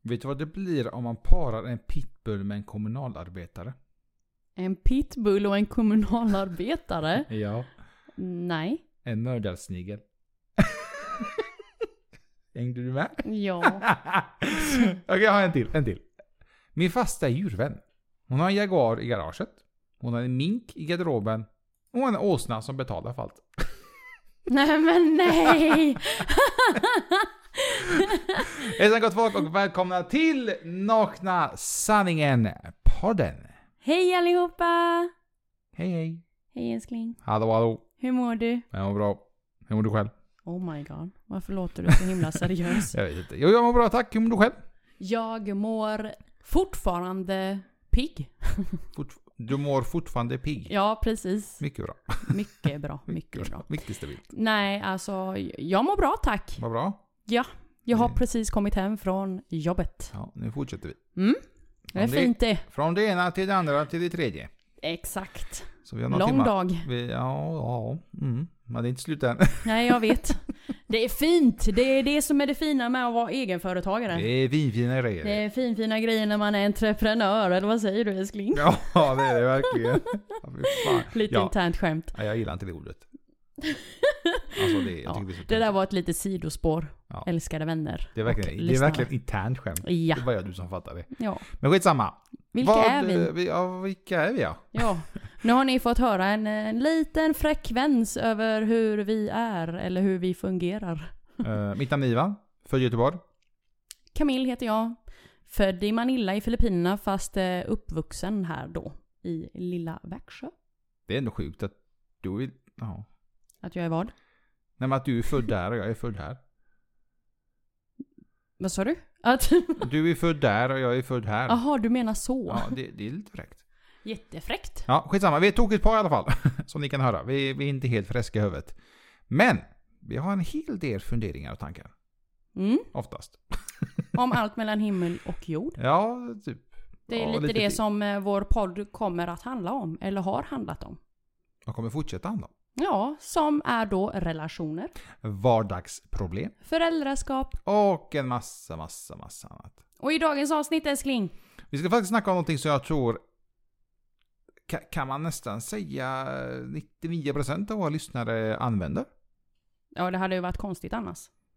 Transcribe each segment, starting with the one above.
Vet du vad det blir om man parar en pitbull med en kommunalarbetare? En pitbull och en kommunalarbetare? Ja. Nej. En mördarsnigel. Hängde du med? Ja. Okej, jag har en till. Min fasta djurvän. Hon har en jaguar i garaget. Hon har en mink i garderoben. Och en åsna som betalar för allt. Nej men nej! Hejsan gott folk och välkomna till Nakna Sanningen-podden. Hej allihopa! Hej. Hej älskling. Hallå. Hur mår du? Jag mår bra. Hur mår du själv? Oh my god. Varför låter du så himla seriös? Jag vet inte. Jo, jag mår bra, tack. Hur mår du själv? Jag mår fortfarande pigg. Du mår fortfarande pigg? Ja, precis. Mycket bra. Mycket bra. Mycket bra. Mycket stabilt. Nej, alltså jag mår bra, tack. Vad bra. Ja, jag har precis kommit hem från jobbet. Ja, nu fortsätter vi. Det är fint det. Från det ena till det andra till det tredje. Exakt. Så vi har Lång timmar. dag. Men det är inte slut än. Nej, jag vet. Det är fint. Det är det som är det fina med att vara egenföretagare. Det är fina grejer. Det är fina grejer när man är entreprenör. Eller vad säger du, älskling? Ja, det är det verkligen. Lite internt skämt. Ja, jag gillar inte det ordet. Alltså det där var ett litet sidospår. Ja. Älskade vänner. Det är verkligen internt skämt. Ja. Det är bara du som fattar det. Ja. Men skitsamma. Vilka är vi? Vilka är vi? Ja. Nu har ni fått höra en liten frekvens över hur vi är. Eller hur vi fungerar. Mitt namn är Ivan. Född i Göteborg. Camille heter jag. Född i Manila i Filippinerna. Fast uppvuxen här då. I lilla Växjö. Det är ändå sjukt att du är... Ja. Att jag är vad? Nej, men att du är född där och jag är född här. Vad sa du? Att... Du är född där och jag är född här. Jaha, du menar så. Ja, det är lite fräckt. Jättefräckt. Ja, skitsamma. Vi är tokigt par i alla fall. Som ni kan höra. Vi är inte helt fräska i huvudet. Men vi har en hel del funderingar och tankar. Oftast. Om allt mellan himmel och jord. Ja, typ. Det är lite det som vår podd kommer att handla om. Eller har handlat om. Och kommer fortsätta handla om. Ja, som är då relationer. Vardagsproblem. Föräldraskap. Och en massa annat. Och i dagens avsnitt, älskling. Vi ska faktiskt snacka om någonting som jag tror kan man nästan säga 99% av våra lyssnare använder. Ja, det hade ju varit konstigt annars.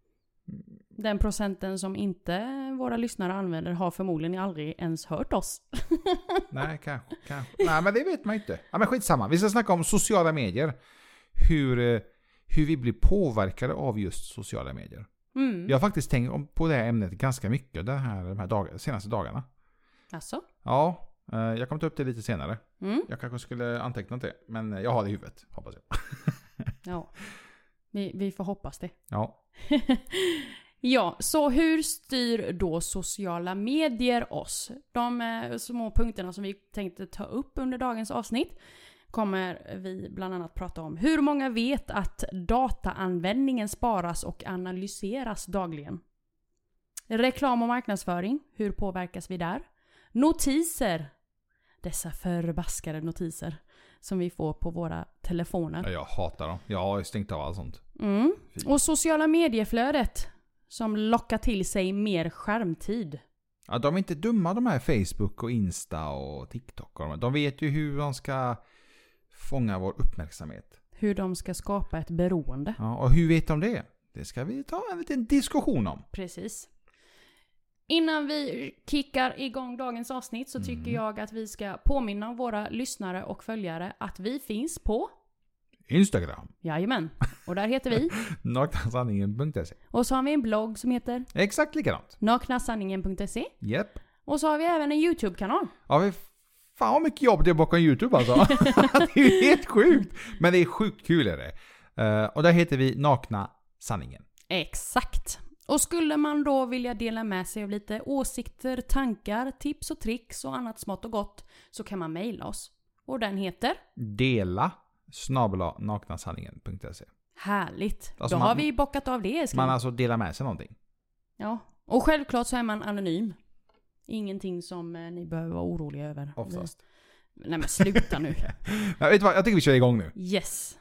Den procenten som inte våra lyssnare använder har förmodligen aldrig ens hört oss. Nej, kanske. Nej, men det vet man inte. Ja, men skitsamma. Vi ska snacka om sociala medier. Hur vi blir påverkade av just sociala medier. Jag har faktiskt tänkt på det här ämnet ganska mycket de här senaste dagarna. Alltså? Ja, jag kommer ta upp det lite senare. Jag kanske skulle anteckna det, men jag har det i huvudet, hoppas jag. Ja, vi får hoppas det. Ja. Ja, så hur styr då sociala medier oss? De små punkterna som vi tänkte ta upp under dagens avsnitt kommer vi bland annat prata om. Hur många vet att dataanvändningen sparas och analyseras dagligen? Reklam och marknadsföring, hur påverkas vi där? Notiser, dessa förbaskade notiser som vi får på våra telefoner. Ja, jag hatar dem. Jag har stängt av allt sånt. Och sociala medieflödet som lockar till sig mer skärmtid. Ja, de är inte dumma, de här Facebook och Insta och TikTok. De vet ju hur de ska fånga vår uppmärksamhet. Hur de ska skapa ett beroende. Ja, och hur vet de det? Det ska vi ta en liten diskussion om. Precis. Innan vi kickar igång dagens avsnitt så tycker jag att vi ska påminna våra lyssnare och följare att vi finns på Instagram. Jajamän. Och där heter vi naknasanningen.se. Och så har vi en blogg som heter Exakt likadant. naknasanningen.se. Japp. Och så har vi även en YouTube-kanal. Ja, fan vad mycket jobb det är bakom YouTube alltså. Det är ju helt sjukt. Men det är sjukt kul är det. Och där heter vi Nakna Sanningen. Exakt. Och skulle man då vilja dela med sig av lite åsikter, tankar, tips och tricks och annat smått och gott så kan man mejla oss. Och den heter dela@naknasanningen.se. Härligt. Alltså då har vi bockat av det, älskling. Man alltså delar med sig någonting. Ja. Och självklart så är man anonym. Ingenting som ni behöver vara oroliga över. Oftast. Nej men sluta nu. Ja, vet du vad? Jag tycker vi kör igång nu. Yes.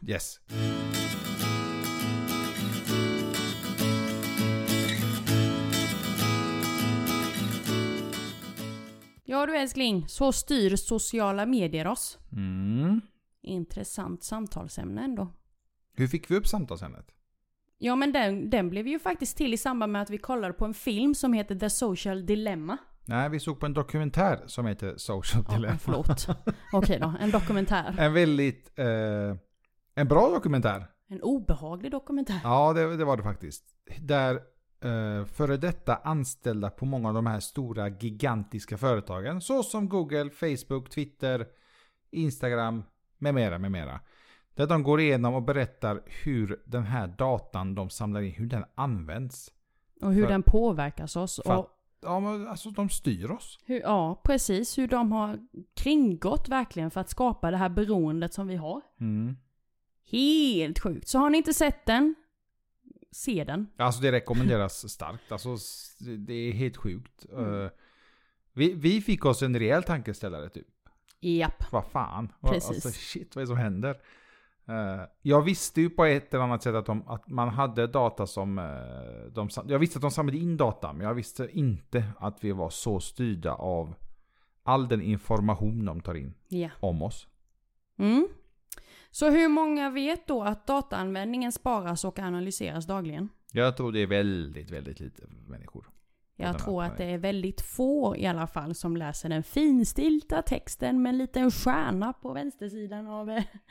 älskling, så styr sociala medier oss. Mm. Intressant samtalsämne ändå. Hur fick vi upp samtalsämnet? Ja, men den blev ju faktiskt till i samband med att vi kollade på en film som heter The Social Dilemma. Nej, vi såg på en dokumentär som heter Social Dilemma. Förlåt. Okej då, en dokumentär. En väldigt... en bra dokumentär. En obehaglig dokumentär. Ja, det var det faktiskt. Där före detta anställda på många av de här stora gigantiska företagen, så som Google, Facebook, Twitter, Instagram med mera. Där de går igenom och berättar hur den här datan de samlar in, hur den används. Och hur den påverkas oss. Ja, men alltså de styr oss. Ja, precis. Hur de har kringgått verkligen för att skapa det här beroendet som vi har. Mm. Helt sjukt. Så har ni inte sett den, se den. Alltså det rekommenderas starkt. Alltså det är helt sjukt. Vi fick oss en rejäl tankeställare typ. Japp. Vad fan? Precis. Alltså shit, vad är det som händer? Jag visste ju på ett eller annat sätt att man hade data som... jag visste att de samlade in data, men jag visste inte att vi var så styrda av all den information de tar in om oss. Mm. Så hur många vet då att dataanvändningen sparas och analyseras dagligen? Jag tror det är väldigt, väldigt lite människor. Jag tror att det är väldigt få i alla fall som läser den finstilta texten med en liten stjärna på vänstersidan av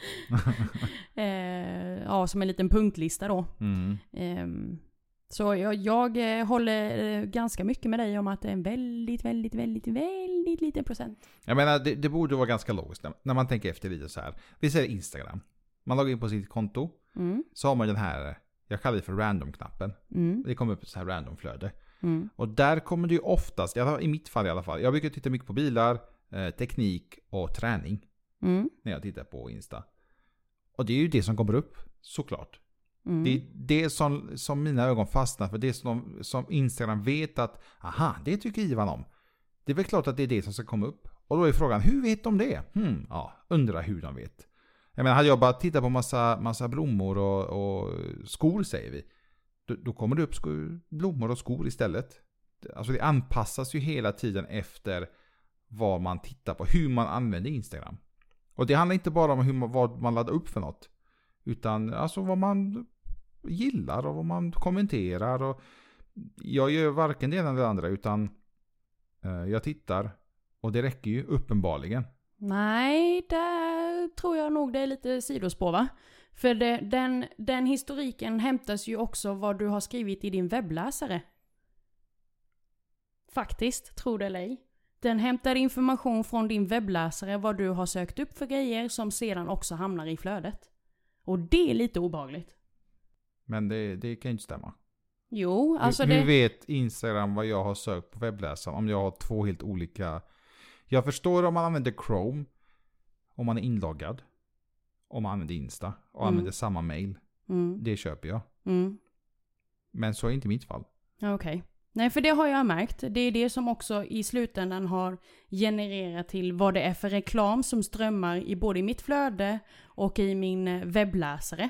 som en liten punktlista då. Så jag håller ganska mycket med dig om att det är en väldigt, väldigt, väldigt, väldigt liten procent. Jag menar, det borde vara ganska logiskt när man tänker efter lite så här. Vi säger Instagram. Man loggar in på sitt konto. Så har man den här, jag kallar det för random-knappen. Det kommer upp ett så här random-flöde. Och där kommer det ju oftast, i mitt fall i alla fall, jag brukar titta mycket på bilar, teknik och träning när jag tittar på Insta. Och det är ju det som kommer upp, såklart. Det är det som mina ögon fastnar för. Det är som Instagram vet att, aha, det tycker Ivan om. Det är väl klart att det är det som ska komma upp. Och då är frågan, hur vet de det? Undrar hur de vet. Jag menar, hade jag bara tittat på massa blommor och skor, säger vi. Då kommer det upp blommor och skor istället. Alltså det anpassas ju hela tiden efter vad man tittar på, hur man använder Instagram. Och det handlar inte bara om vad man laddar upp för något. Utan alltså vad man gillar och vad man kommenterar. Och jag gör varken det ena eller det andra, utan jag tittar och det räcker ju uppenbarligen. Nej, där tror jag nog det är lite sidospår, va? För den historiken hämtas ju också vad du har skrivit i din webbläsare. Faktiskt, tror det eller ej. Den hämtar information från din webbläsare vad du har sökt upp för grejer som sedan också hamnar i flödet. Och det är lite obehagligt. Men det kan ju inte stämma. Jo, alltså hur vet Instagram vad jag har sökt på webbläsaren om jag har två helt olika... Jag förstår om man använder Chrome, om man är inloggad, om man använder Insta och använder samma mail. Det köper jag. Men så är inte mitt fall. Okej. Nej, för det har jag märkt. Det är det som också i slutändan har genererat till vad det är för reklam som strömmar i både mitt flöde och i min webbläsare.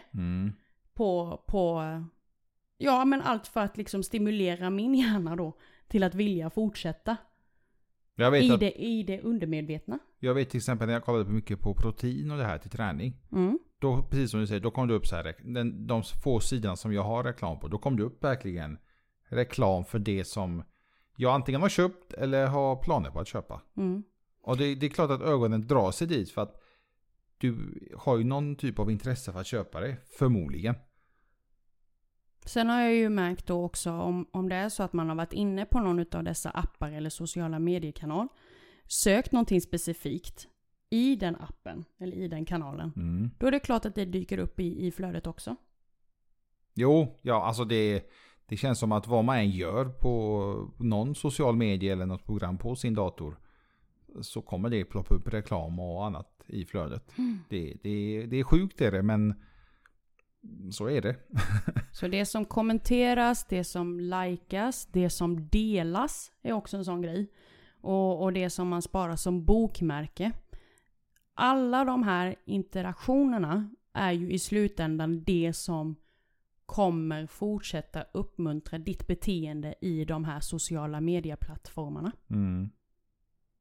Ja, men allt för att liksom stimulera min hjärna då till att vilja fortsätta. Jag vet I det undermedvetna. Jag vet till exempel när jag kollade mycket på protein och det här till träning. Då, precis som du säger, då kom det upp så här, de få sidorna som jag har reklam på, då kom det upp verkligen reklam för det som jag antingen har köpt eller har planer på att köpa. Och det är klart att ögonen drar sig dit för att du har ju någon typ av intresse för att köpa det, förmodligen. Sen har jag ju märkt då också om det är så att man har varit inne på någon av dessa appar eller sociala mediekanal, sökt någonting specifikt i den appen eller i den kanalen, då är det klart att det dyker upp i flödet också. Jo, ja, alltså det känns som att vad man än gör på någon social medie eller något program på sin dator, så kommer det ploppa upp reklam och annat i flödet. Det är sjukt är det, men så är det. Så det som kommenteras, det som likas, det som delas är också en sån grej. Och det som man sparar som bokmärke. Alla de här interaktionerna är ju i slutändan det som kommer fortsätta uppmuntra ditt beteende i de här sociala medieplattformarna.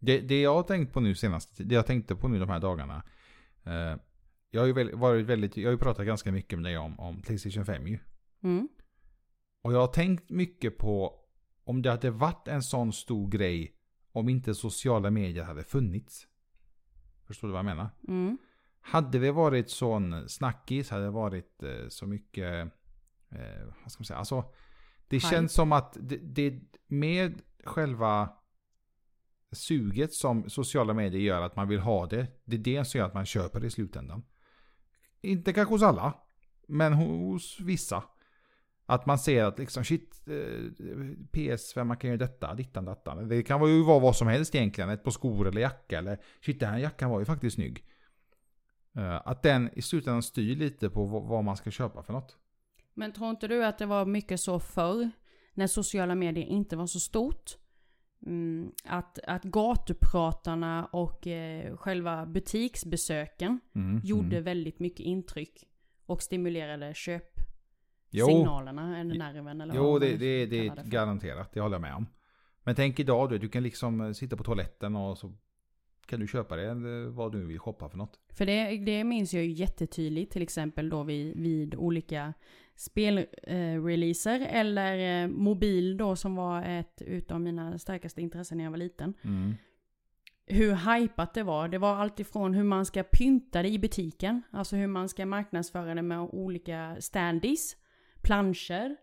Det jag har tänkt på nu det jag tänkte på nu de här dagarna. Jag har ju pratat ganska mycket med dig om PlayStation 5 ju. Mm. Och jag har tänkt mycket på om det hade varit en sån stor grej om inte sociala medier hade funnits. Förstår du vad jag menar? Mm. Hade det varit sån snackis, hade det varit så mycket, vad ska man säga, alltså det känns som att det med själva suget som sociala medier gör att man vill ha det är det som gör att man köper det i slutändan. Inte kanske hos alla, men hos vissa. Att man ser att liksom shit, PS5 man kan göra detta, dittan, dattan. Det kan ju vara vad som helst egentligen, ett par skor eller jacka eller shit, den här jackan var ju faktiskt snygg. Att den i slutändan styr lite på vad man ska köpa för något. Men tror inte du att det var mycket så förr, när sociala medier inte var så stort? Att gatupratarna och själva butiksbesöken gjorde väldigt mycket intryck och stimulerade köpsignalerna eller nerven. Eller jo, det är garanterat, det håller jag med om. Men tänk idag, du kan liksom sitta på toaletten och så kan du köpa det vad du vill shoppa för något. För det minns jag ju jättetydligt, till exempel då vid olika spelreleaser eller mobil då, som var ett utav mina starkaste intressen när jag var liten. Hur hypat det var. Det var allt ifrån hur man ska pynta det i butiken, alltså hur man ska marknadsföra det med olika standees, planscher,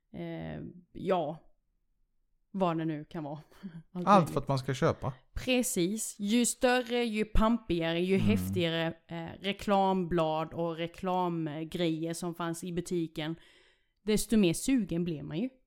vad det nu kan vara. Allt för att man ska köpa. Precis. Ju större, ju pampigare, ju häftigare reklamblad och reklamgrejer som fanns i butiken, desto mer sugen blev man ju.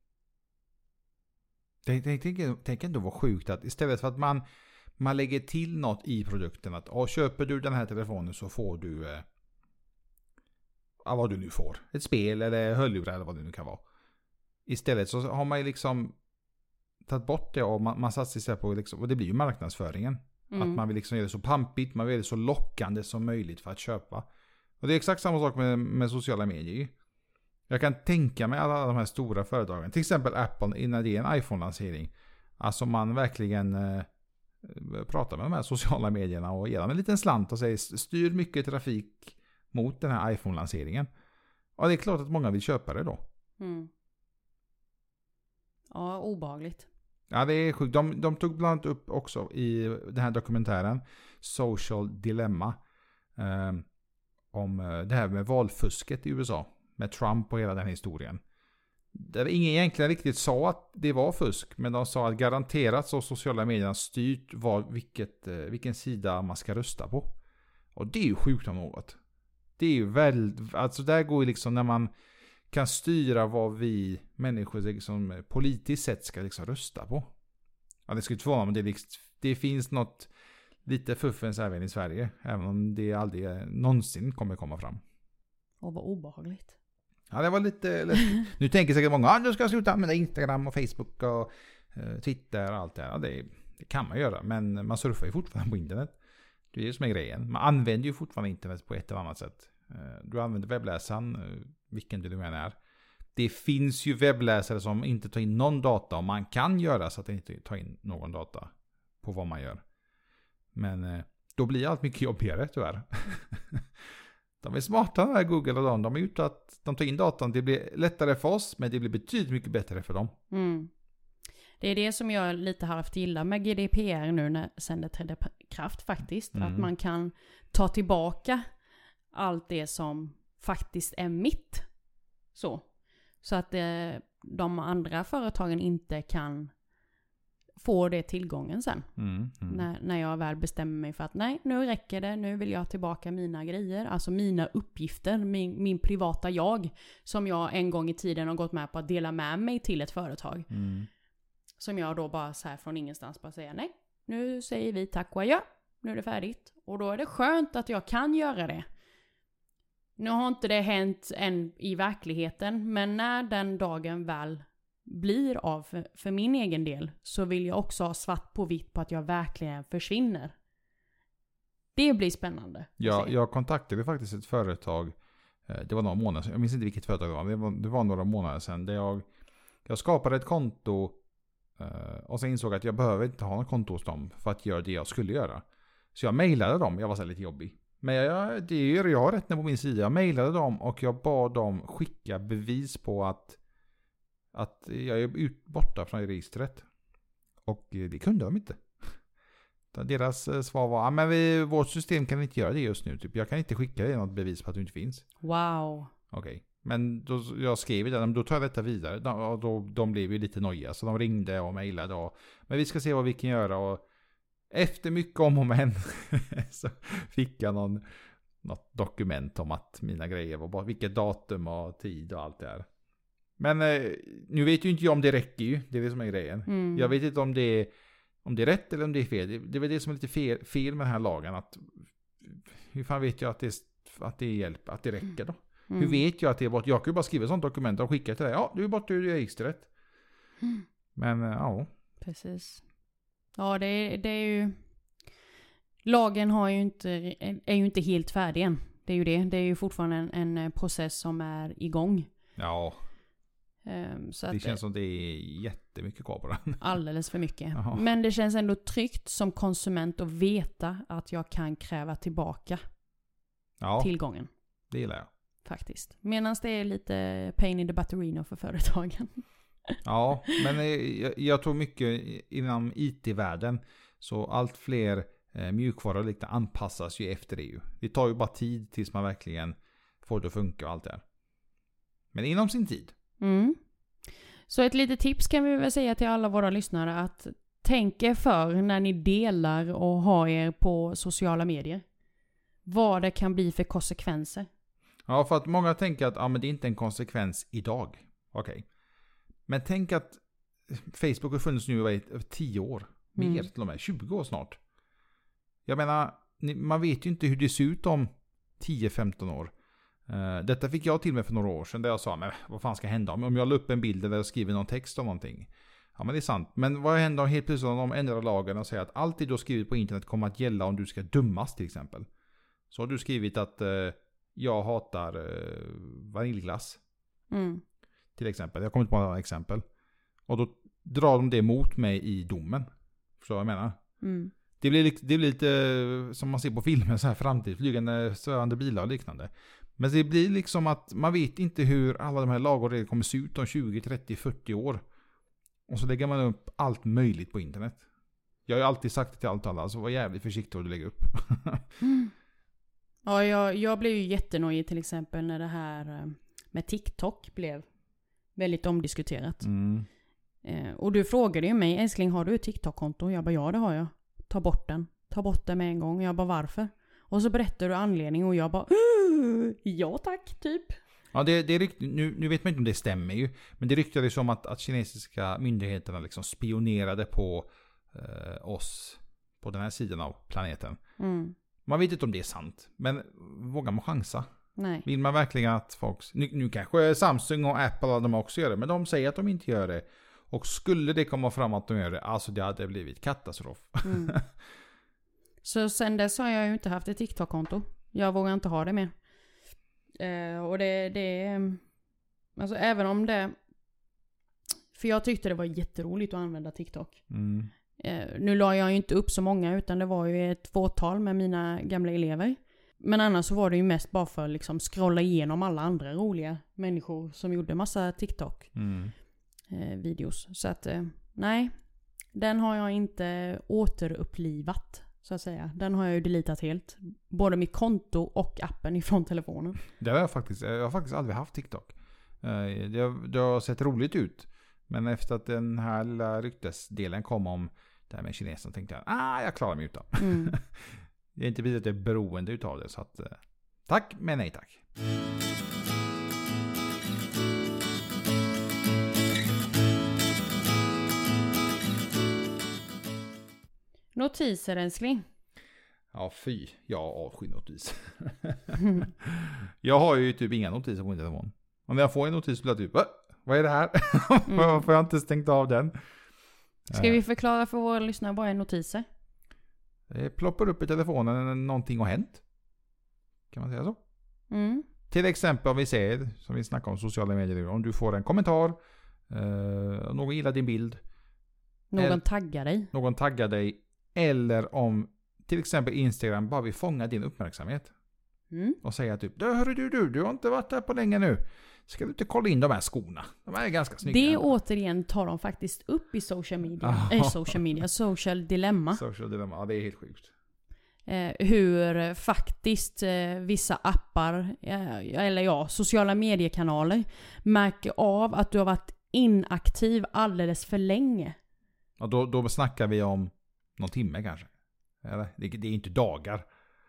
Tänk ändå vad sjukt att istället för att man lägger till något i produkten, att köper du den här telefonen så får du vad du nu får. Ett spel eller hörlurar eller vad det nu kan vara. Istället så har man ju liksom tagit bort det och man satsar sig på liksom, och det blir ju marknadsföringen. Att man vill liksom göra det så pampigt, man vill göra det så lockande som möjligt för att köpa. Och det är exakt samma sak med sociala medier. Jag kan tänka mig alla de här stora företagen, till exempel Apple innan det är en iPhone-lansering. Alltså man verkligen pratar med de här sociala medierna och ger dem en liten slant och säger styr mycket trafik mot den här iPhone-lanseringen. Och det är klart att många vill köpa det då. Ja, obehagligt. Ja, det är sjukt. De tog bland annat upp också i den här dokumentären Social Dilemma om det här med valfusket i USA med Trump och hela den historien. Där ingen egentligen riktigt sa att det var fusk, men de sa att garanterat så sociala medier styrt vilken sida man ska rösta på. Och det är ju sjukt om något. Det är ju alltså där går ju liksom när man kan styra vad vi människor liksom politiskt sett ska liksom rösta på. Ja, det skulle inte förvåna mig, men det finns något lite fuffens även i Sverige, även om det aldrig någonsin kommer komma fram. Och vad obehagligt. Ja, det var lite nu tänker säkert många, du ska sluta använda Instagram och Facebook och Twitter och allt det här. Ja, det kan man göra, men man surfar ju fortfarande på internet. Det är ju som är grejen. Man använder ju fortfarande internet på ett eller annat sätt. Du använder webbläsaren, vilken du än är. Det finns ju webbläsare som inte tar in någon data, och man kan göra så att det inte tar in någon data på vad man gör. Men då blir allt mycket jobbigare tyvärr. De är smarta här, Google och de är ute att de tar in datan. Det blir lättare för oss, men det blir betydligt mycket bättre för dem. Det är det som jag lite har haft illa med GDPR nu sen det trädde kraft faktiskt. Att man kan ta tillbaka allt det som faktiskt är mitt. Så att de andra företagen inte kan få det tillgången sen. När jag väl bestämmer mig för att nej, nu räcker det. Nu vill jag tillbaka mina grejer. Alltså mina uppgifter. Min privata jag. Som jag en gång i tiden har gått med på att dela med mig till ett företag. Som jag då bara så här från ingenstans bara säger nej. Nu säger vi tack och adjö. Nu är det färdigt. Och då är det skönt att jag kan göra det. Nu har inte det hänt än i verkligheten. Men när den dagen väl blir av för min egen del, så vill jag också ha svart på vitt på att jag verkligen försvinner. Det blir spännande. Ja, jag kontaktade faktiskt ett företag. Det var några månader sedan. Jag minns inte vilket företag det var. Det var några månader sedan. Där jag skapade ett konto Och sen insåg jag att jag behöver inte ha något konto hos dem för att göra det jag skulle göra. Så jag mejlade dem, jag var så lite jobbig. Men jag har rätt på min sida. Jag mejlade dem och jag bad dem skicka bevis på att jag är borta från registret. Och det kunde de inte. Deras svar var, men vårt system kan inte göra det just nu. Typ. Jag kan inte skicka dig något bevis på att du inte finns. Wow. Okej. Men då, jag skrev det, då tar jag detta vidare. De blev ju lite nojiga. Så de ringde och mejlade. Men vi ska se vad vi kan göra. Och efter mycket om och men så fick jag något dokument om att mina grejer var bara vilket datum och tid och allt det här. Men nu vet ju inte jag om det räcker ju. Det är det som är grejen. Mm. Jag vet inte om det är rätt eller om det är fel. Det är väl det som är lite fel med den här lagen. Hur fan vet jag att det hjälper, att det räcker då? Mm. Hur vet jag att det är bort? Jag kan ju bara skriva ett sånt dokument och skicka till dig. Ja, du är borta ur registret. Mm. Men ja. Precis. Ja, det är ju... Lagen är ju inte helt färdig än. Det är ju det. Det är ju fortfarande en process som är igång. Ja. Så det känns som det är jättemycket kvar på den. Alldeles för mycket. Jaha. Men det känns ändå tryggt som konsument att veta att jag kan kräva tillbaka tillgången. Det gillar jag. Faktiskt. Medan det är lite pain in the butterino för företagen. Ja, men jag tror mycket inom IT-världen så allt fler mjukvaror och liknande anpassas ju efter det ju. Det tar ju bara tid tills man verkligen får det att funka och allt det här. Men inom sin tid. Mm. Så ett litet tips kan vi väl säga till alla våra lyssnare att tänk er för när ni delar och har er på sociala medier. Vad det kan bli för konsekvenser. Ja, för att många tänker att men det är inte en konsekvens idag. Okej. Men tänk att Facebook har funnits nu i 10 år. Mer till och med, 20 år snart. Jag menar, man vet ju inte hur det ser ut om 10-15 år. Detta fick jag till mig för några år sedan där jag sa, men vad fan ska hända om jag la upp en bild eller skriver någon text om någonting? Ja, men det är sant. Men vad händer om helt plötsligt om de ändrar lagen och säger att allt det du har skrivit på internet kommer att gälla om du ska dömas till exempel. Så har du skrivit att jag hatar vaniljglass. Mm. Till exempel. Jag kommer inte på några exempel. Och då drar de det mot mig i domen. Förstår vad jag menar? Mm. Det blir lite som man ser på filmer, så här framtidsflygande svävande bilar och liknande. Men det blir liksom att man vet inte hur alla de här lagar kommer se ut om 20, 30, 40 år. Och så lägger man upp allt möjligt på internet. Jag har ju alltid sagt det till allt och alla, så var jävligt försiktig vad du lägger upp. Mm. Ja, jag blev ju jättenöjd till exempel när det här med TikTok blev väldigt omdiskuterat. Mm. Och du frågade ju mig, älskling, har du ett TikTok-konto? Jag bara, ja det har jag. Ta bort den med en gång. Jag bara, varför? Och så berättar du anledning och jag bara, ja tack, typ. Ja, det är riktigt. Nu vet man inte om det stämmer ju. Men det ryktades som att kinesiska myndigheterna liksom spionerade på oss på den här sidan av planeten. Mm. Man vet inte om det är sant. Men vågar man chansa? Nej. Vill man verkligen att folk... Nu kanske Samsung och Apple de också gör det. Men de säger att de inte gör det. Och skulle det komma fram att de gör det, alltså det hade blivit katastrof. Mm. Så sen dess har jag ju inte haft ett TikTok-konto. Jag vågar inte ha det mer. Och det alltså även om det... För jag tyckte det var jätteroligt att använda TikTok. Mm. Nu la jag ju inte upp så många, utan det var ju ett fåtal med mina gamla elever. Men annars så var det ju mest bara för att liksom scrolla igenom alla andra roliga människor som gjorde massa TikTok. Mm. Videos. Så att nej, den har jag inte återupplivat så att säga. Den har jag ju deletat helt. Både mitt konto och appen ifrån telefonen. Det har jag faktiskt aldrig haft TikTok. Det har sett roligt ut. Men efter att den här lilla ryktesdelen kom om det här med kinesen tänkte jag klarar mig utan. Mm. Det är inte blivit att jag är beroende utav det. Så att tack, men nej tack. Notiser, älskling. Ja, fy. Jag avskyr notiser. Jag har ju typ inga notiser på min telefon. Och när jag får en notis blir jag typ, vad är det här? Varför har jag inte stängt av den? Ska vi förklara för våra lyssnare vad är notiser? Det ploppar upp i telefonen när någonting har hänt. Kan man säga så? Mm. Till exempel om vi säger, som vi snackar om sociala medier, om du får en kommentar, någon gillar din bild. Någon taggar dig. Någon taggar dig. Eller om till exempel Instagram bara vill fånga din uppmärksamhet. Och säga typ, du har inte varit där på länge nu. Ska du inte kolla in de här skorna? De här är ganska snygga. Det återigen tar de faktiskt upp i social media. Social dilemma. Social dilemma, ja det är helt sjukt. Hur faktiskt vissa appar, eller sociala mediekanaler märker av att du har varit inaktiv alldeles för länge. Ja, då snackar vi om någon timme kanske. Eller? Det är inte dagar.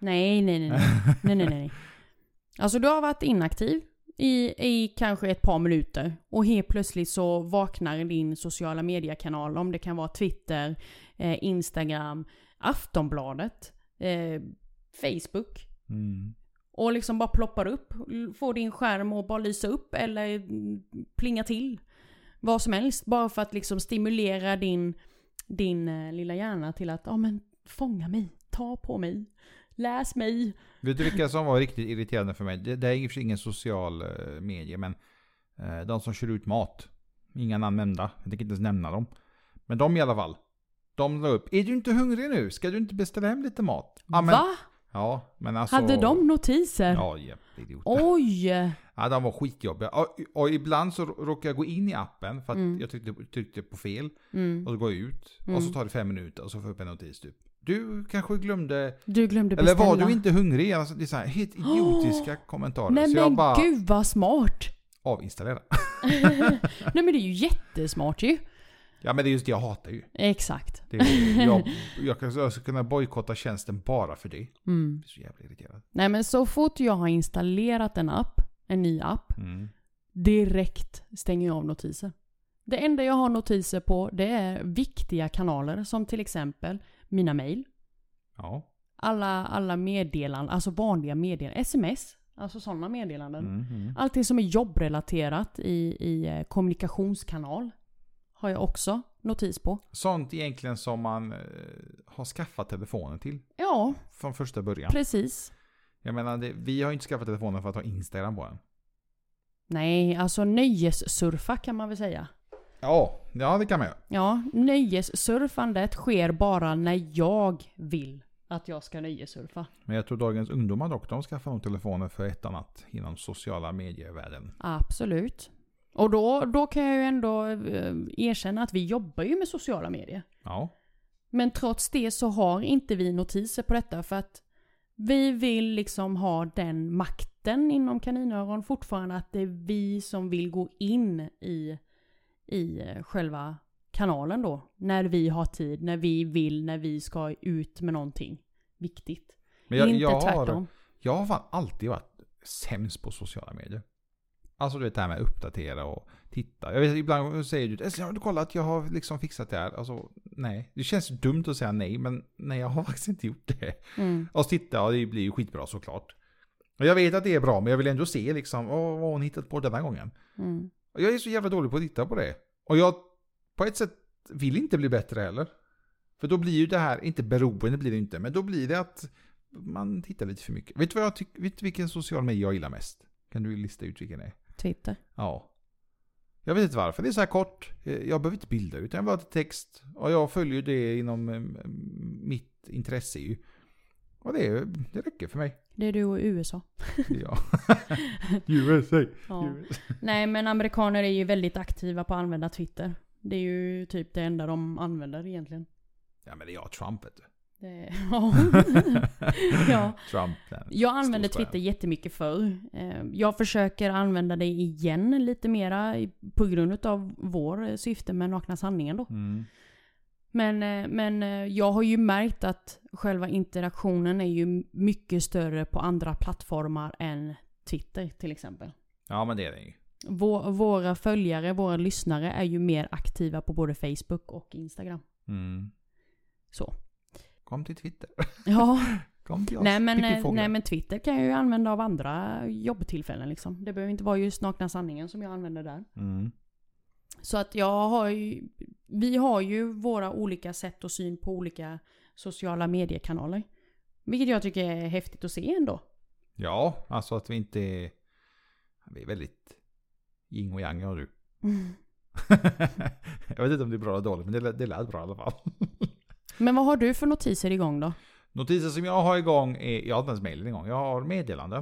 Nej. Alltså du har varit inaktiv i kanske ett par minuter. Och helt plötsligt så vaknar din sociala mediekanal. Om det kan vara Twitter, Instagram, Aftonbladet, Facebook. Och liksom bara ploppar upp. Får din skärm och bara lysa upp eller plinga till. Vad som helst. Bara för att liksom stimulera din lilla hjärna till att fånga mig, ta på mig, läs mig. Vet du vilka som var riktigt irriterande för mig? Det är ingen social medie, men de som kör ut mat. Inga namn nämnda. Jag tänker inte ens nämna dem. Men de i alla fall. De la upp, är du inte hungrig nu? Ska du inte beställa hem lite mat? Ja, men, va? Ja, men alltså... Hade de notiser? Ja, idiot. Oj! Ja, de var skitjobbiga. Och ibland så råkar jag gå in i appen för att jag tryckte på fel. Och så går jag ut. Och så tar det 5 minuter och så får jag upp en notis typ. Du kanske glömde beställa. Eller var du inte hungrig? Alltså, det är så här helt idiotiska kommentarer. Nej, så men jag bara gud vad smart. Avinstallera. Nej, men det är ju jättesmart ju. Ja, men det är just det jag hatar ju. Exakt. Jag ska kunna bojkotta tjänsten bara för det. Jag är så jävla irriterad. Nej, men så fort jag har installerat en ny app, direkt stänger jag av notiser. Det enda jag har notiser på, det är viktiga kanaler som till exempel mina mejl. Ja. Alla meddelanden, alltså vanliga meddelanden, sms, alltså sådana meddelanden. Allting som är jobbrelaterat i kommunikationskanal har jag också notis på. Sånt egentligen som man har skaffat telefonen till. Ja. Från första början. Precis. Jag menar, vi har ju inte skaffat telefonen för att ha Instagram på den. Nej, alltså nöjessurfa kan man väl säga. Ja, det kan man göra. Ja, nöjessurfandet sker bara när jag vill att jag ska nöjessurfa. Men jag tror dagens ungdomar dock, de skaffar nog telefoner för ett annat inom sociala medievärlden. Absolut. Och då kan jag ju ändå erkänna att vi jobbar ju med sociala medier. Ja. Men trots det så har inte vi notiser på detta för att vi vill liksom ha den makten inom kaninöron fortfarande att det är vi som vill gå in i själva kanalen då. När vi har tid, när vi vill, när vi ska ut med någonting viktigt. Men inte tvärtom. Jag har fan alltid varit sämst på sociala medier. Alltså du vet det här med att uppdatera och titta. Jag vet ibland säger du, har du kollat att jag har liksom fixat det här? Alltså nej, det känns dumt att säga nej, men nej, jag har faktiskt inte gjort det. Och titta, och det blir ju skitbra såklart. Och jag vet att det är bra, men jag vill ändå se liksom, vad har hon hittat på den här gången? Och jag är så jävla dålig på att titta på det. Och jag på ett sätt vill inte bli bättre heller. För då blir ju det här, inte beroende blir det inte, men då blir det att man tittar lite för mycket. Vet du vilken social media jag gillar mest? Kan du lista ut vilken det är? Twitter. Ja. Jag vet inte varför. Det är så här kort. Jag behöver inte bilder utan jag behöver text. Och jag följer det inom mitt intresse ju. Och det räcker för mig. Det är du och USA. Ja. USA. Ja. Nej, men amerikaner är ju väldigt aktiva på att använda Twitter. Det är ju typ det enda de använder egentligen. Ja, men det är jag Trump, vet du. Ja. Trump. Jag använder Twitter jättemycket förr. Jag försöker använda det igen lite mera på grund av vår syfte med Nakna sanningen då. Men jag har ju märkt att själva interaktionen är ju mycket större på andra plattformar än Twitter till exempel. Ja, men det är det ju. Våra följare, våra lyssnare är ju mer aktiva på både Facebook och Instagram. Så. Kom till Twitter. Ja. Kom till oss. Nej, men Twitter kan jag ju använda av andra jobbtillfällen liksom. Det behöver inte vara just Nakna sanningen som jag använder där. Så att vi har ju våra olika sätt och syn på olika sociala mediekanaler. Vilket jag tycker är häftigt att se ändå. Ja, alltså att vi inte är väldigt yin och yang, ja du. Jag vet inte om det är bra eller dåligt, men det lät bra i alla fall. Men vad har du för notiser igång då? Notiser som jag har igång är, jag har inte ens mejlen igång, jag har meddelande.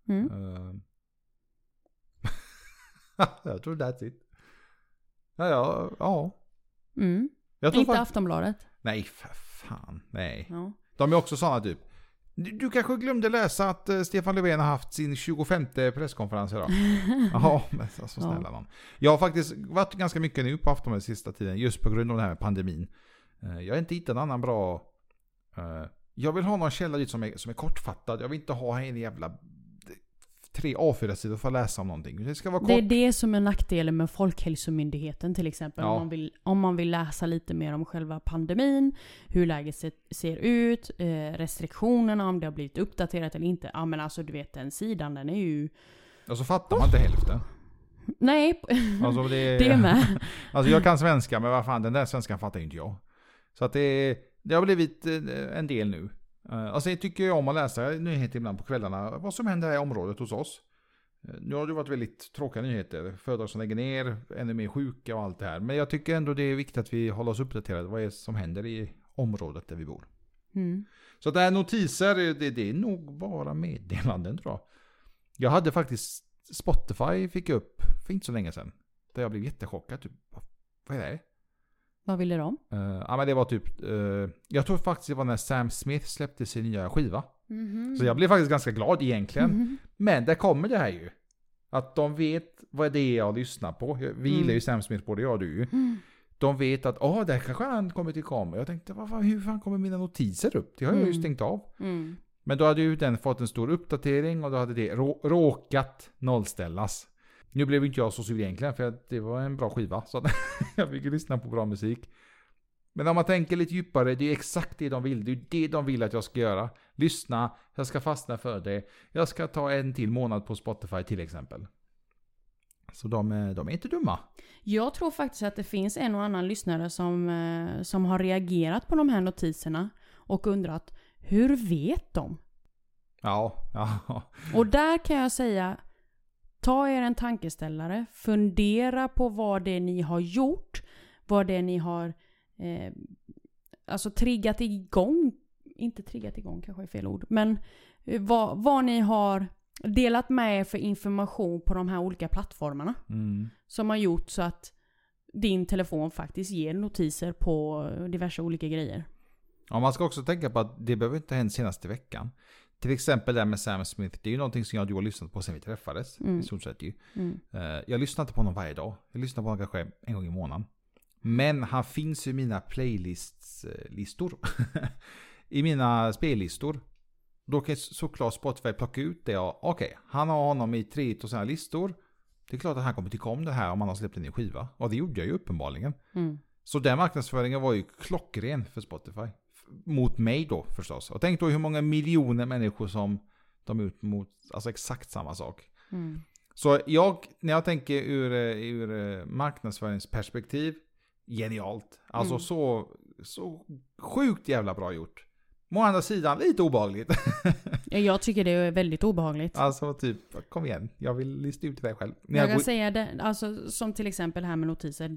Jag tror that's it. Ja. Jag tror inte Aftonbladet? Nej, för fan, nej. Ja. De är också sådana typ. Du kanske glömde läsa att Stefan Löfven har haft sin 25:e presskonferens idag. Jaha, men alltså snälla någon. Jag har faktiskt varit ganska mycket nu på Aftonbladet sista tiden, just på grund av den här pandemin. Jag har inte hittat en annan bra... Jag vill ha någon källa dit som är kortfattad. Jag vill inte ha en jävla 3 A4-sidor för att läsa om någonting. Det ska vara kort. Det är det som är nackdelen med Folkhälsomyndigheten till exempel. Ja. Om man vill läsa lite mer om själva pandemin, hur läget ser ut, restriktionerna, om det har blivit uppdaterat eller inte. Ja men alltså du vet, den sidan den är ju... Och så fattar man inte hälften. Nej, Alltså, det är med. Alltså jag kan svenska, men vad fan, den där svenskan fattar ju inte jag. Så att det har blivit en del nu. Alltså jag tycker om att läsa nyheter ibland på kvällarna. Vad som händer i området hos oss. Nu har det varit väldigt tråkiga nyheter. Företag som lägger ner, ännu mer sjuka och allt det här. Men jag tycker ändå det är viktigt att vi håller oss uppdaterade. Vad är det som händer i området där vi bor. Så det här notiser, det är nog bara meddelanden tror jag. Jag hade faktiskt Spotify fick upp för inte så länge sedan. Där jag blev jättechockad. Typ, vad är det? Vad ville de? Ja men det var typ... jag tror faktiskt det var när Sam Smith släppte sin nya skiva. Så jag blev faktiskt ganska glad egentligen. Men där kommer det här ju. Att de vet vad det är jag lyssnar på. Vi gillar ju Sam Smith, både jag och du. De vet att där kanske han kommer till kamera. Jag tänkte, hur fan kommer mina notiser upp? Det har jag ju stängt av. Men då hade ju den fått en stor uppdatering och då hade det råkat nollställas. Nu blev inte jag så sur egentligen för att det var en bra skiva. Så jag fick lyssna på bra musik. Men om man tänker lite djupare, det är exakt det de vill. Det är det de vill att jag ska göra. Lyssna, jag ska fastna för det. Jag ska ta en till månad på Spotify till exempel. Så de är inte dumma. Jag tror faktiskt att det finns en och annan lyssnare som har reagerat på de här notiserna och undrat, hur vet de? Ja. Och där kan jag säga, ta er en tankeställare, fundera på vad det är ni har gjort, vad det är ni har alltså triggat igång, inte triggat igång kanske är fel ord, men vad ni har delat med er för information på de här olika plattformarna som har gjort så att din telefon faktiskt ger notiser på diverse olika grejer. Ja, man ska också tänka på att det behöver inte hända senaste veckan. Till exempel det med Sam Smith, det är ju någonting som jag och du har lyssnat på sen vi träffades. I stort sett ju. Jag lyssnar inte på honom varje dag. Jag lyssnar på honom kanske en gång i månaden. Men han finns i mina playlistor. I mina spellistor. Då kan såklart Spotify plocka ut det. Okej, han har honom i 3 och sådana listor. Det är klart att han kommer tycka om det här om han har släppt en ny skiva. Och det gjorde jag ju uppenbarligen. Så den marknadsföringen var ju klockren för Spotify. Mot mig då förstås. Och tänk då hur många miljoner människor som de ut mot, alltså exakt samma sak. Så när jag tänker ur marknadsföringsperspektiv, genialt. Alltså så sjukt jävla bra gjort. Å andra sidan lite obehagligt. Jag tycker det är väldigt obehagligt. Alltså typ, kom igen. Jag vill lista ut det själv. Jag kan säga det, alltså som till exempel här med notiser.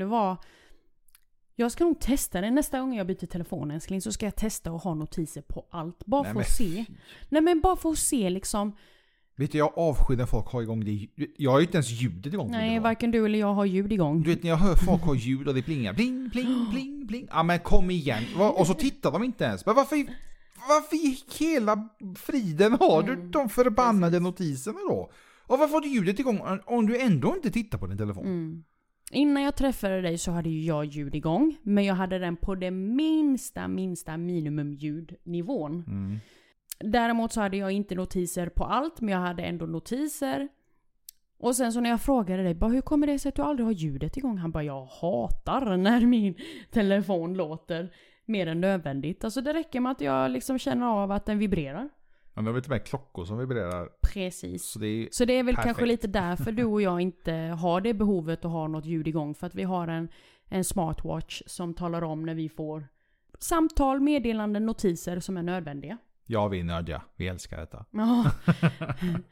Jag ska nog testa det nästa gång jag byter telefon, älskling, så ska jag testa att ha notiser på allt. Bara för att se. Nej men bara för att se liksom. Vet du, jag avskyr när folk har igång det. Jag har ju inte ens ljudet igång. Nej, varken du eller jag har ljud igång. Du vet, när jag hör folk ha ljud och det plingar. Pling, pling, pling, pling. Ja men kom igen. Och så tittar de inte ens. Men varför i hela friden har du de förbannade notiserna då? Och varför har du ljudet igång om du ändå inte tittar på din telefon? Innan jag träffade dig så hade ju jag ljud igång. Men jag hade den på det minsta minimumljudnivån. Däremot så hade jag inte notiser på allt, men jag hade ändå notiser. Och sen så när jag frågade dig, hur kommer det sig att du aldrig har ljudet igång? Han bara, jag hatar när min telefon låter mer än nödvändigt. Alltså det räcker med att jag liksom känner av att den vibrerar. Ja, men det är lite mer klockor som vibrerar. Precis. Så det är väl perfekt. Kanske lite därför du och jag inte har det behovet att ha något ljud igång. För att vi har en smartwatch som talar om när vi får samtal, meddelanden, notiser som är nödvändiga. Ja, vi är nördiga. Vi älskar detta. Ja.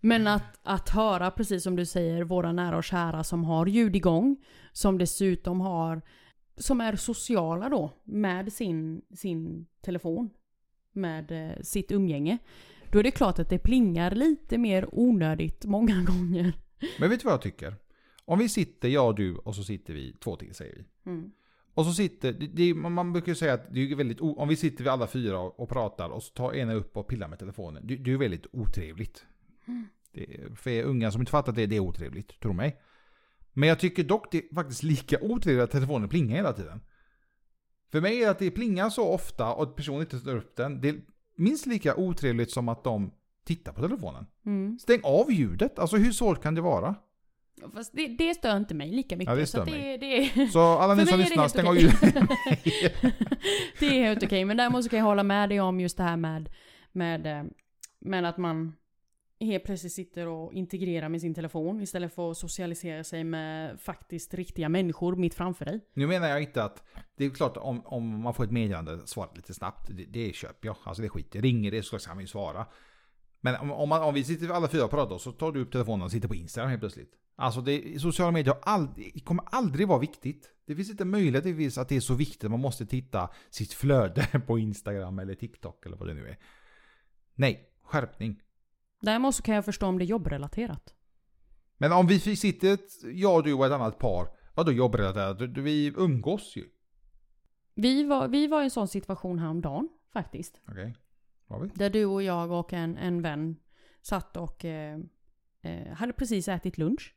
Men att höra, precis som du säger, våra nära och kära som har ljud igång, som dessutom som är sociala då med sin telefon, med sitt umgänge. Då är det klart att det plingar lite mer onödigt många gånger. Men vet du vad jag tycker? Om vi sitter, jag och du, och så sitter vi 2 till, säger vi. Och så sitter, man brukar ju säga att det är väldigt, om vi sitter vi alla 4 och pratar och så tar ena upp och pillar med telefonen. Det är väldigt otrevligt. För er unga som inte fattar det är otrevligt, tror mig. Men jag tycker dock det är faktiskt lika otrevligt att telefonen plingar hela tiden. För mig är det att det plingar så ofta och att personen inte tar upp den. Det är minst lika otrevligt som att de tittar på telefonen. Stäng av ljudet. Alltså hur svårt kan det vara? Fast det stör inte mig lika mycket. Ja, det stör så mig. Så alla ni som lyssnar, stäng av ljudet. Det är helt okej. Men däremot så kan jag hålla med dig om just det här med att man helt plötsligt sitter och integrerar med sin telefon istället för att socialisera sig med faktiskt riktiga människor mitt framför dig. Nu menar jag inte att det är klart om man får ett meddelande svara lite snabbt, det köper jag. Alltså det skiter. Ringer det så ska man ju svara. Men om vi sitter alla 4 och pratar så tar du upp telefonen och sitter på Instagram helt plötsligt. Alltså sociala medier kommer aldrig vara viktigt. Det finns inte möjlighet att det är så viktigt att man måste titta sitt flöde på Instagram eller TikTok eller vad det nu är. Nej, skärpning. Däremot så kan jag förstå om det är jobbrelaterat. Men om vi sitter, jag, du och ett annat par, vadå jobbrelaterat? Vi umgås ju. Vi var i en sån situation häromdagen faktiskt. Okej. Var vi? Där du och jag och en vän satt och hade precis ätit lunch.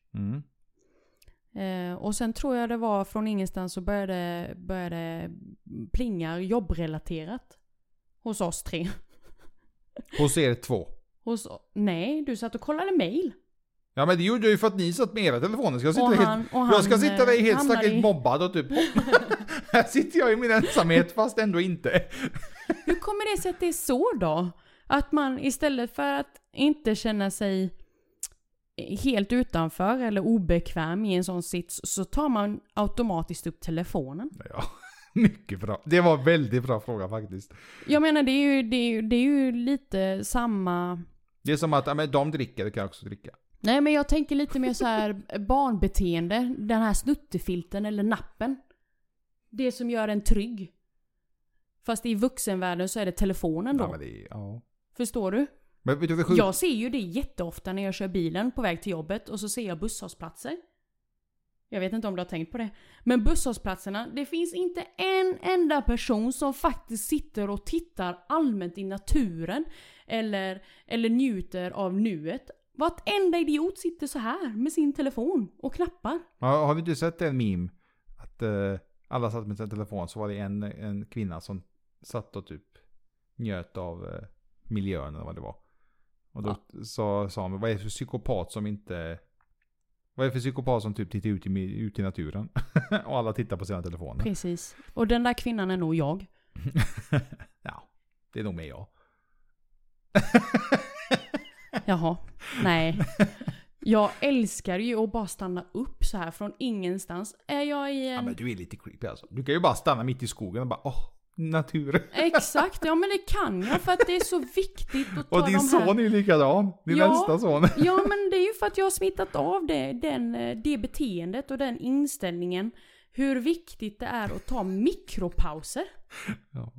Och sen tror jag det var från ingenstans så började plinga jobbrelaterat hos oss 3. Hos er 2? Nej, du satt och kollade mejl. Ja, men det gjorde jag ju för att ni satt med era telefoner. Jag ska sitta där helt stackigt mobbad och typ här sitter jag i min ensamhet fast ändå inte. Hur kommer det sig att det är så då? Att man istället för att inte känna sig helt utanför eller obekväm i en sån sits så tar man automatiskt upp telefonen. Ja, mycket bra. Det var en väldigt bra fråga faktiskt. Jag menar det är ju lite samma. Det är som att de dricker, det kan jag också dricka. Nej, men jag tänker lite mer så här barnbeteende, den här snuttefilten eller nappen. Det som gör en trygg. Fast i vuxenvärlden så är det telefonen då. Ja, men ja. Förstår du? Men vet du jag ser ju det jätteofta när jag kör bilen på väg till jobbet och så ser jag busshållplatser. Jag vet inte om du har tänkt på det. Men busshållplatserna, det finns inte en enda person som faktiskt sitter och tittar allmänt i naturen eller njuter av nuet. Vartenda idiot sitter så här med sin telefon och knappar. Ja, har vi inte sett en meme att alla satt med sin telefon så var det en kvinna som satt och typ njöt av miljön eller vad det var. Och då sa han, vad är det för psykopat som typ tittar ut i naturen? Och alla tittar på sina telefoner. Precis. Och den där kvinnan är nog jag. Ja, det är nog med jag. Jaha, nej. Jag älskar ju att bara stanna upp så här från ingenstans. Är jag i en... Ja, men du är lite creepy alltså. Du kan ju bara stanna mitt i skogen och bara, natur. Exakt, ja men det kan jag för att det är så viktigt att ta och din son är ju likadan, din äldsta son. Ja, men det är ju för att jag har smittat av det beteendet och den inställningen. Hur viktigt det är att ta mikropauser. Ja.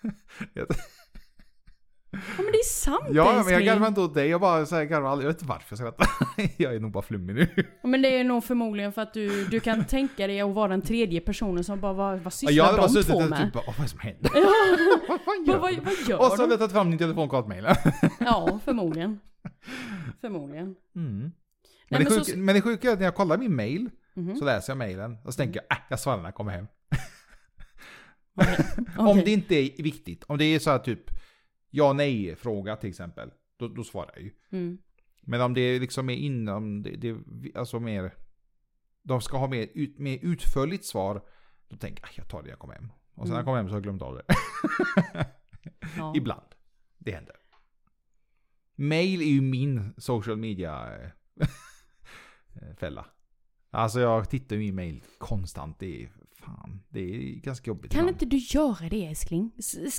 Ja, men det är sant. Ja, men jag garvar inte åt dig. Jag bara säger garvar aldrig. Jag vet inte varför jag säger jag är nog bara flummig nu. Ja, men det är nog förmodligen för att du kan tänka dig att vara den tredje personen som bara, vad sysslar de två med? Typ, vad är det som händer? Ja. Vad gör de? Och så har jag tagit fram din telefon och kallat mejlen. Ja, förmodligen. Mm. Men det sjuka är att när jag kollar min mejl så läser jag mejlen och så tänker jag svarar när jag kommer hem. Okay. Om det inte är viktigt. Om det är så här typ ja, nej fråga till exempel. Då svarar jag ju. Mm. Men om det liksom är inom det alltså mer de ska ha mer utförligt svar, då tänker jag tar det när jag kommer hem. Och sen när jag kommer hem så har jag glömt av det. Ja. Ibland. Det händer. Mail är ju min social media fälla. Alltså jag tittar i mail konstant. Det är ganska jobbigt. Kan inte du göra det, älskling?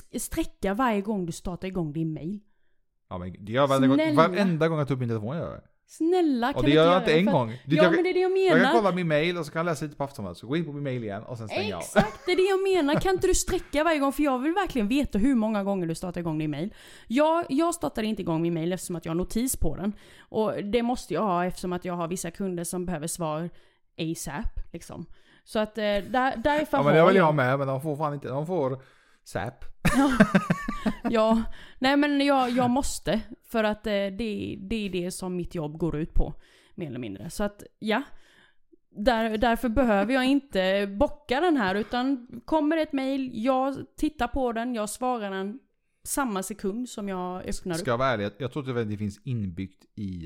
Sträcka varje gång du startar igång din mail. Ja, men det gör varenda gång jag tar upp min telefon gör jag. Snälla, kan och det gör jag inte en gång. Ja, men det är det jag menar. Jag kan kolla min mail och så kan jag läsa lite på Aftonbladet. Så gå in på min mail igen och sen stänger jag av. Exakt, det är det jag menar. Kan inte du sträcka varje gång? För jag vill verkligen veta hur många gånger du startar igång din mail. Jag startar inte igång min mail eftersom att jag har notis på den. Och det måste jag ha eftersom att jag har vissa kunder som behöver svar ASAP. Liksom. Så att därför ja, men det vill jag med, men de får fan inte. De får SAP. Ja, nej men jag måste. För att det är det som mitt jobb går ut på. Mer eller mindre. Så att ja. Därför behöver jag inte bocka den här. Utan kommer ett mejl, jag tittar på den, jag svarar den samma sekund som jag öppnar upp. Ska jag vara ärlig, jag tror att det finns inbyggt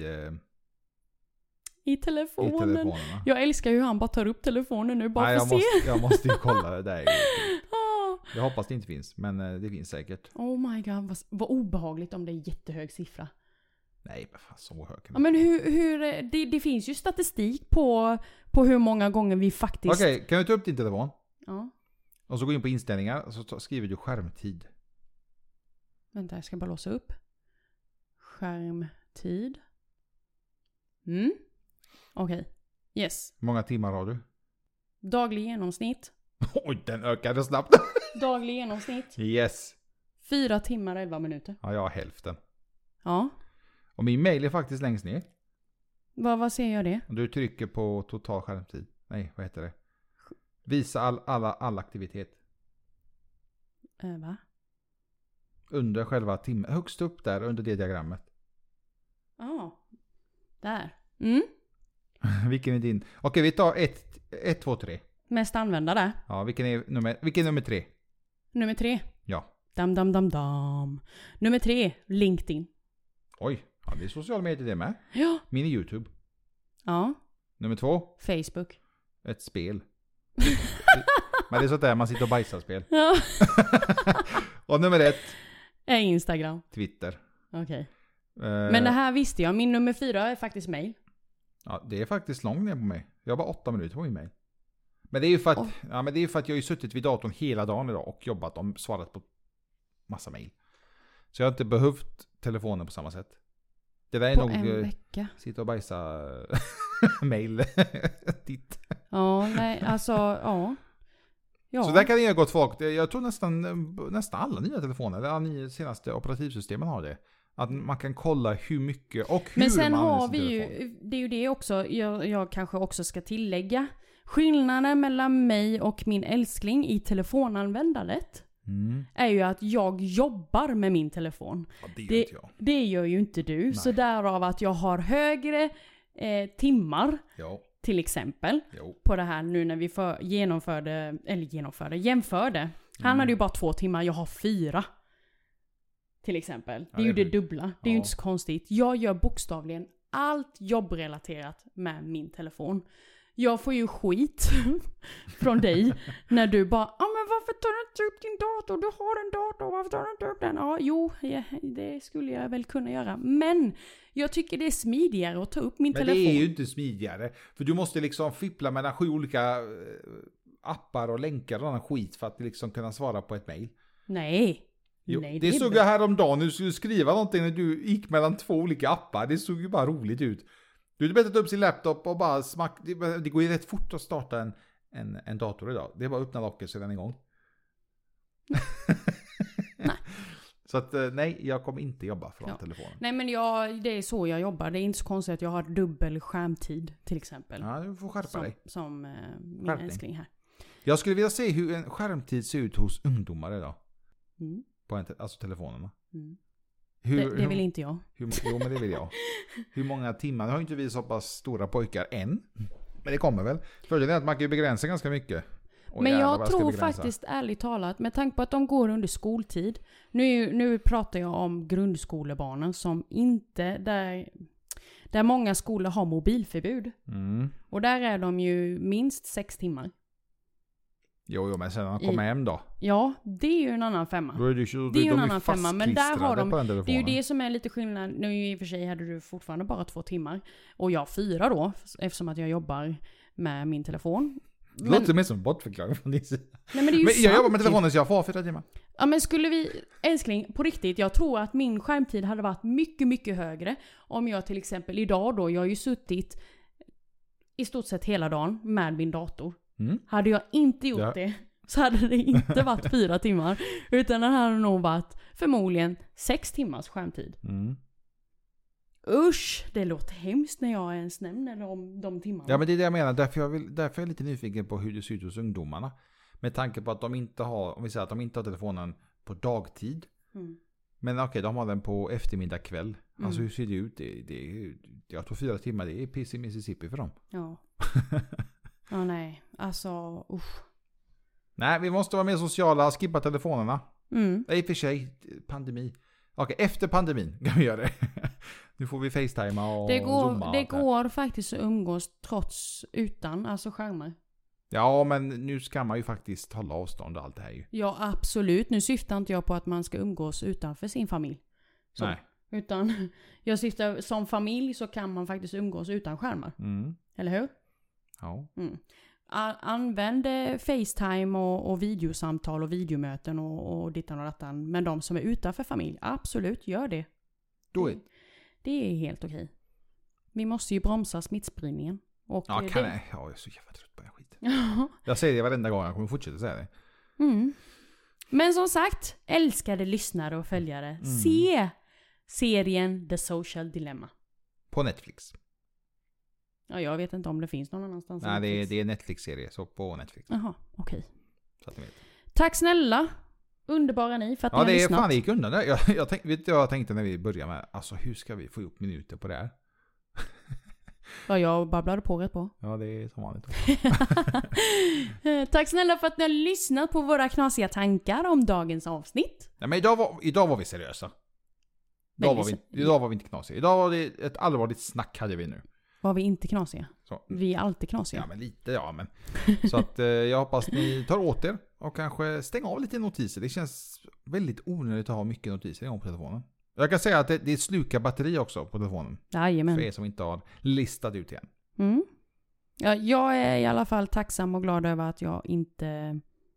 i telefonen. Jag älskar hur han bara tar upp telefonen nu bara för att se. Jag måste ju kolla det där. Jag hoppas det inte finns, men det finns säkert. Oh my god, vad obehagligt om det är jättehög siffra. Nej, men fan så hög. Ja, men det finns ju statistik på hur många gånger vi faktiskt... Okej, kan du ta upp din telefon? Ja. Och så gå in på inställningar och så skriver du skärmtid. Vänta, jag ska bara låsa upp. Skärmtid. Okej. Yes. Hur många timmar har du? Daglig genomsnitt. Oj, den ökade snabbt. Daglig genomsnitt. Yes. 4 timmar 11 minuter. Ja, jag har hälften. Ja. Och min mail är faktiskt längst ner. Vad ser jag det? Och du trycker på total skärmtid. Nej, vad heter det? Visa all aktivitet. Va? Under själva timmen. Högst upp där under det diagrammet. Ja. Där. Vilken är din? Okej, vi tar 1, 2, 3. Mest använda där. Ja, vilken är nummer 3? Nummer 3. Ja. Dam. Nummer 3, LinkedIn. Oj, ja, det är social media det med. Ja. Min är YouTube. Ja. Nummer 2. Facebook. Ett spel. Men det är sånt där man sitter och bajsar spel. Ja. Och nummer 1. Är Instagram. Twitter. Okej. Men det här visste jag. Min nummer 4 är faktiskt mail. Ja, det är faktiskt långt ner på mig. Jag har bara 8 minuter på min mail. Men det är ju för att, men det är för att jag har ju suttit vid datorn hela dagen idag och jobbat och svarat på massa mail. Så jag har inte behövt telefonen på samma sätt. Det där är på nog en vecka. Sitta och bajsa mail. Titt. Ja, nej, alltså, ja. Så där kan det ju gått folk. Jag tror nästan alla nya telefoner, eller alla senaste operativsystemen har det. Att man kan kolla hur mycket och hur man använder sin telefon. Men sen har vi ju, det är ju det också, jag kanske också ska tillägga. Skillnaden mellan mig och min älskling i telefonanvändandet är ju att jag jobbar med min telefon. Ja, det gör inte jag. Det gör ju inte du. Nej. Så därav att jag har högre timmar till exempel på det här nu när vi jämförde. Han hade ju bara 2 timmar, jag har 4. Till exempel. Det är ju det dubbla. Det är ju inte så konstigt. Jag gör bokstavligen allt jobbrelaterat med min telefon. Jag får ju skit från dig när du bara men varför tar du inte upp din dator? Du har en dator, varför tar du inte upp den? Det skulle jag väl kunna göra. Men jag tycker det är smidigare att ta upp min telefon. Men det är ju inte smidigare. För du måste liksom fippla mellan 7 olika appar och länkar och annan skit för att liksom kunna svara på ett mejl. Nej. Jo, nej, det såg jag häromdagen när du skulle skriva någonting när du gick mellan 2 olika appar. Det såg ju bara roligt ut. Du hade bättre upp sin laptop och bara det går ju rätt fort att starta en dator idag. Det är bara att öppna locket så är den igång. Nej. Så att nej, jag kommer inte jobba från telefonen. Nej, men det är så jag jobbar. Det är inte så konstigt att jag har dubbel skärmtid till exempel. Ja, du får skärpa dig. Som min älskling här. Jag skulle vilja se hur en skärmtid ser ut hos ungdomar idag. På alltså telefonerna. Det vill inte jag. Jo, men det vill jag. Hur många timmar? Nu har inte vi så pass stora pojkar än. Men det kommer väl. Fördelen är att man kan ju begränsa ganska mycket. Men jag tror faktiskt ärligt talat, med tanke på att de går under skoltid. Nu pratar jag om grundskolebarnen som inte, där många skolor har mobilförbud. Och där är de ju minst 6 timmar. Jo, men sen när de kommer hem då. Ja, det är ju en annan femma. Då är det är ju en annan femma, men där har de, det är ju det som är lite skillnad. Nu i och för sig hade du fortfarande bara 2 timmar. Och jag 4 då, eftersom att jag jobbar med min telefon. Det låter mer som en bortförklaring från din sida. Nej, men det är ju jag jobbar med telefonen så jag får 4 timmar. Ja, men skulle vi, älskling, på riktigt, jag tror att min skärmtid hade varit mycket, mycket högre om jag till exempel idag då, jag har ju suttit i stort sett hela dagen med min dator. Hade jag inte gjort det så hade det inte varit 4 timmar, utan det hade nog varit förmodligen 6 timmars skärmtid. Usch, det låter hemskt när jag ens nämner om de timmarna. Ja, men det är det jag menar. Därför är jag lite nyfiken på hur det ser ut hos ungdomarna. Med tanke på att de inte har, om vi säger att de inte har telefonen på dagtid. Men okej, de har den på eftermiddag kväll. Alltså hur ser det ut? Jag tror 4 timmar, det är piss i Mississippi för dem. Ja. Ja, nej. Alltså, usch. Nej, vi måste vara mer sociala, skippa telefonerna. Det är i och för sig pandemi. Okej, efter pandemin kan vi göra det. Nu får vi FaceTime och Zooma. Det går faktiskt att umgås trots utan, alltså skärmar. Ja, men nu ska man ju faktiskt hålla avstånd och allt det här ju. Ja, absolut. Nu syftar inte jag på att man ska umgås utanför sin familj. Så. Nej. Utan jag syftar, som familj så kan man faktiskt umgås utan skärmar. Eller hur? Ja. Använd FaceTime och videosamtal och videomöten och dittan och dattan. Men de som är utanför familj, absolut, gör det. Det är helt okej. Vi måste ju bromsa smittspridningen. Och jag är så jävla trött på den skiten. Jag säger det varenda gång, jag kommer fortsätta säga det. Men som sagt, älskade lyssnare och följare, se serien The Social Dilemma. På Netflix. Ja, jag vet inte om det finns någon annanstans. Nej, det är Netflix-serie, så på Netflix. Jaha, okej. Så att ni vet. Tack snälla, underbara ni för att ni har lyssnat. Ja, det gick undan där. Jag tänkte när vi började med, alltså hur ska vi få upp minuter på det här? Ja, jag babblade på rätt på. Ja, det är som vanligt. Tack snälla för att ni har lyssnat på våra knasiga tankar om dagens avsnitt. Nej, men idag var vi seriösa. Idag var vi inte knasiga. Idag var det ett allvarligt snack hade vi nu. Var vi inte knasiga? Så. Vi är alltid knasiga. Ja, men lite, ja. Men. Så att jag hoppas ni tar åt er och kanske stänger av lite notiser. Det känns väldigt onödigt att ha mycket notiser igång på telefonen. Jag kan säga att det slukar batteri också på telefonen. Jajamän. För er som inte har listat ut igen. Ja, jag är i alla fall tacksam och glad över att jag inte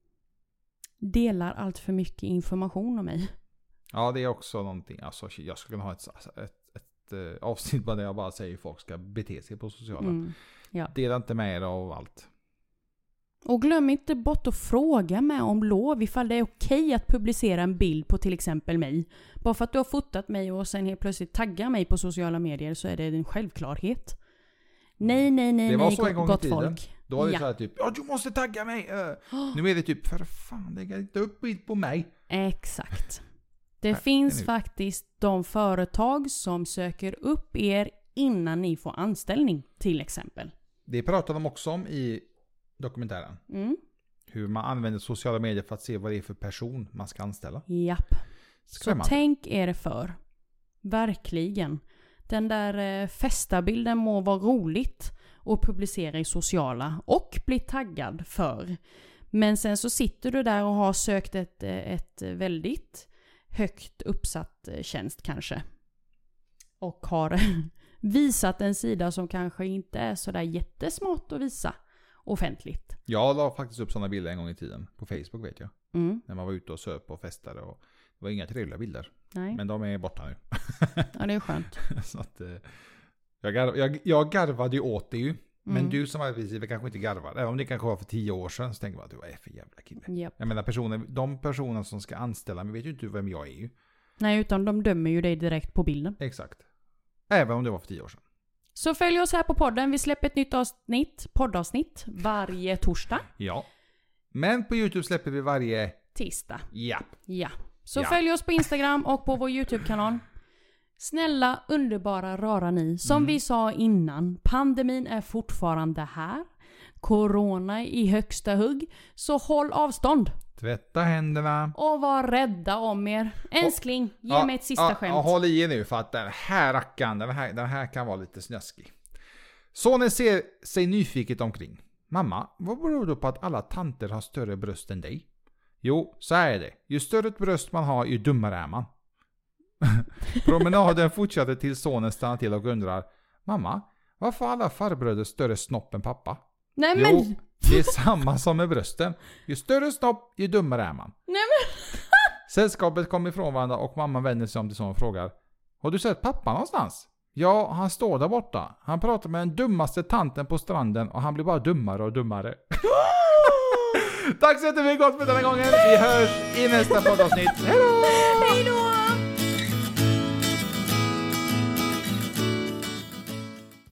delar allt för mycket information om mig. Ja, det är också någonting. Alltså, jag skulle kunna ha ett avsnitt där jag bara säger att folk ska bete sig på sociala. Ja. Dela inte med er av allt. Och glöm inte bort att fråga mig om lov ifall det är okej att publicera en bild på till exempel mig. Bara för att du har fotat mig och sen helt plötsligt taggar mig på sociala medier så är det en självklarhet. Nej, det var så en gång i tiden. Folk. Då var det så här typ, du måste tagga mig. Nu är det typ, för fan, lägg inte upp bild på mig. Exakt. Det finns faktiskt de företag som söker upp er innan ni får anställning till exempel. Det pratar de också om i dokumentären. Hur man använder sociala medier för att se vad det är för person man ska anställa. Japp. Så tänk er för. Verkligen. Den där festabilden må vara roligt att publicera i sociala och bli taggad för. Men sen så sitter du där och har sökt ett väldigt högt uppsatt tjänst kanske. Och har visat en sida som kanske inte är så där jättesmart att visa offentligt. Jag la faktiskt upp sådana bilder en gång i tiden. På Facebook vet jag. När man var ute och söp och festade. Och det var inga trevliga bilder. Nej. Men de är borta nu. Ja, det är skönt. Så att, jag garvade ju åt det ju. Men du som arbetsgivare kanske inte garvar. Även om det kanske var för 10 år sedan så tänker man att vad är för jävla kille. Yep. Jag menar de personer som ska anställa mig vet ju inte vem jag är ju. Nej, utan de dömer ju dig direkt på bilden. Exakt. Även om det var för 10 år sedan. Så följ oss här på podden. Vi släpper ett nytt poddavsnitt varje torsdag. Ja. Men på YouTube släpper vi varje tisdag. Ja. Så följ oss på Instagram och på vår YouTube-kanal. Snälla, underbara, rara ni. Som vi sa innan, pandemin är fortfarande här. Corona i högsta hugg. Så håll avstånd. Tvätta händerna. Och var rädda om er. Älskling, ge mig ett sista skämt. Håll i nu för att den här rackaren, den här kan vara lite snöskig. Sonen ser sig nyfiket omkring. Mamma, vad beror det på att alla tanter har större bröst än dig? Jo, så är det. Ju större bröst man har, ju dummare är man. Promenaden fortsatte till sonen stannar till och undrar: Mamma, varför har alla farbröder större snopp än pappa? Nej, jo, det är samma som med brösten. Ju större snopp, ju dummare är man. Nej men Sällskapet kom ifrån varandra och mamma vänder sig om till sonen och frågar: har du sett pappa någonstans? Ja, han står där borta. Han pratar med den dummaste tanten på stranden och han blir bara dummare och dummare. Tack så jättemycket för den här gången. Vi hörs i nästa poddavsnitt. Hej då!